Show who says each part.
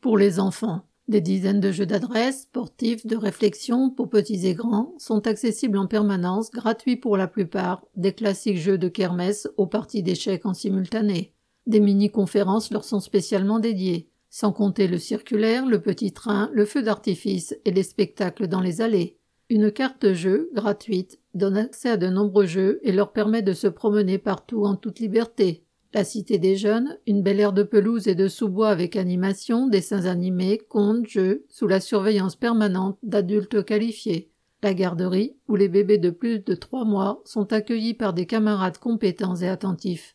Speaker 1: Pour les enfants, des dizaines de jeux d'adresse, sportifs, de réflexion pour petits et grands sont accessibles en permanence, gratuits pour la plupart, des classiques jeux de kermesse aux parties d'échecs en simultané. Des mini-conférences leur sont spécialement dédiées, sans compter le circulaire, le petit train, le feu d'artifice et les spectacles dans les allées. Une carte jeu, gratuite, donne accès à de nombreux jeux et leur permet de se promener partout en toute liberté. La Cité des Jeunes, une belle aire de pelouse et de sous-bois avec animation, dessins animés, contes, jeux, sous la surveillance permanente d'adultes qualifiés. La garderie, où les bébés de plus de 3 mois sont accueillis par des camarades compétents et attentifs.